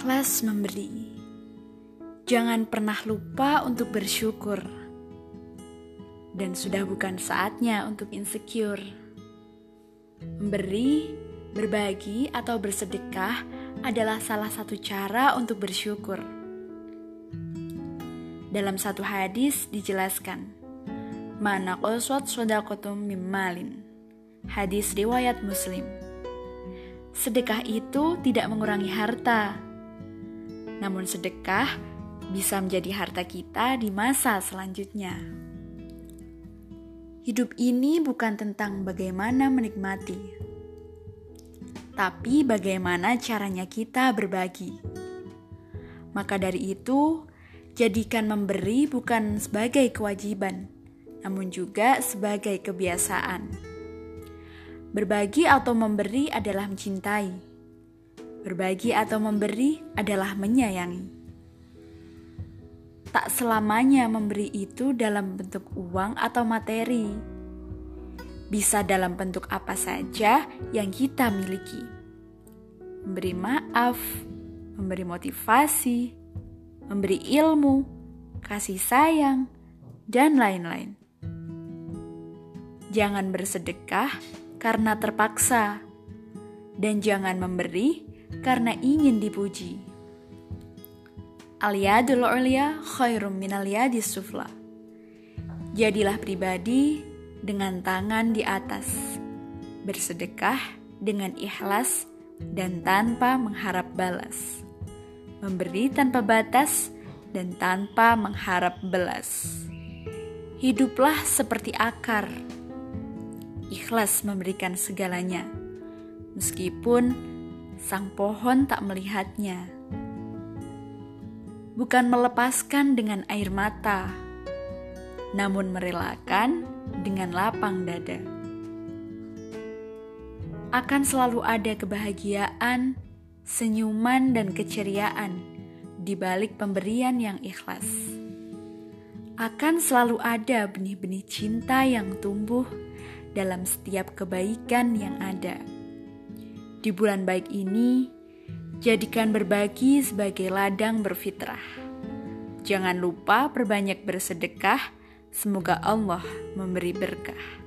Ikhlas memberi. Jangan pernah lupa untuk bersyukur. Dan sudah bukan saatnya untuk insecure. Memberi, berbagi, atau bersedekah adalah salah satu cara untuk bersyukur. Dalam satu hadis dijelaskan, "Mana qaswat shadaqatum mim malin." Hadis riwayat Muslim. Sedekah itu tidak mengurangi harta. Namun sedekah bisa menjadi harta kita di masa selanjutnya. Hidup ini bukan tentang bagaimana menikmati, tapi bagaimana caranya kita berbagi. Maka dari itu, jadikan memberi bukan sebagai kewajiban, namun juga sebagai kebiasaan. Berbagi atau memberi adalah mencintai. Berbagi atau memberi adalah menyayangi. Tak selamanya memberi itu dalam bentuk uang atau materi. Bisa dalam bentuk apa saja yang kita miliki. Memberi maaf, memberi motivasi, memberi ilmu, kasih sayang, dan lain-lain. Jangan bersedekah karena terpaksa, dan jangan memberi karena ingin dipuji. Al-yadul ulya khairum minal yadis sufla. Jadilah pribadi dengan tangan di atas, bersedekah dengan ikhlas dan tanpa mengharap balas, memberi tanpa batas dan tanpa mengharap belas. Hiduplah seperti akar, ikhlas memberikan segalanya, meskipun sang pohon tak melihatnya. Bukan melepaskan dengan air mata, namun merelakan dengan lapang dada. Akan selalu ada kebahagiaan, senyuman, dan keceriaan di balik pemberian yang ikhlas. Akan selalu ada benih-benih cinta yang tumbuh dalam setiap kebaikan yang ada. Di bulan baik ini, jadikan berbagi sebagai ladang berfitrah. Jangan lupa perbanyak bersedekah, semoga Allah memberi berkah.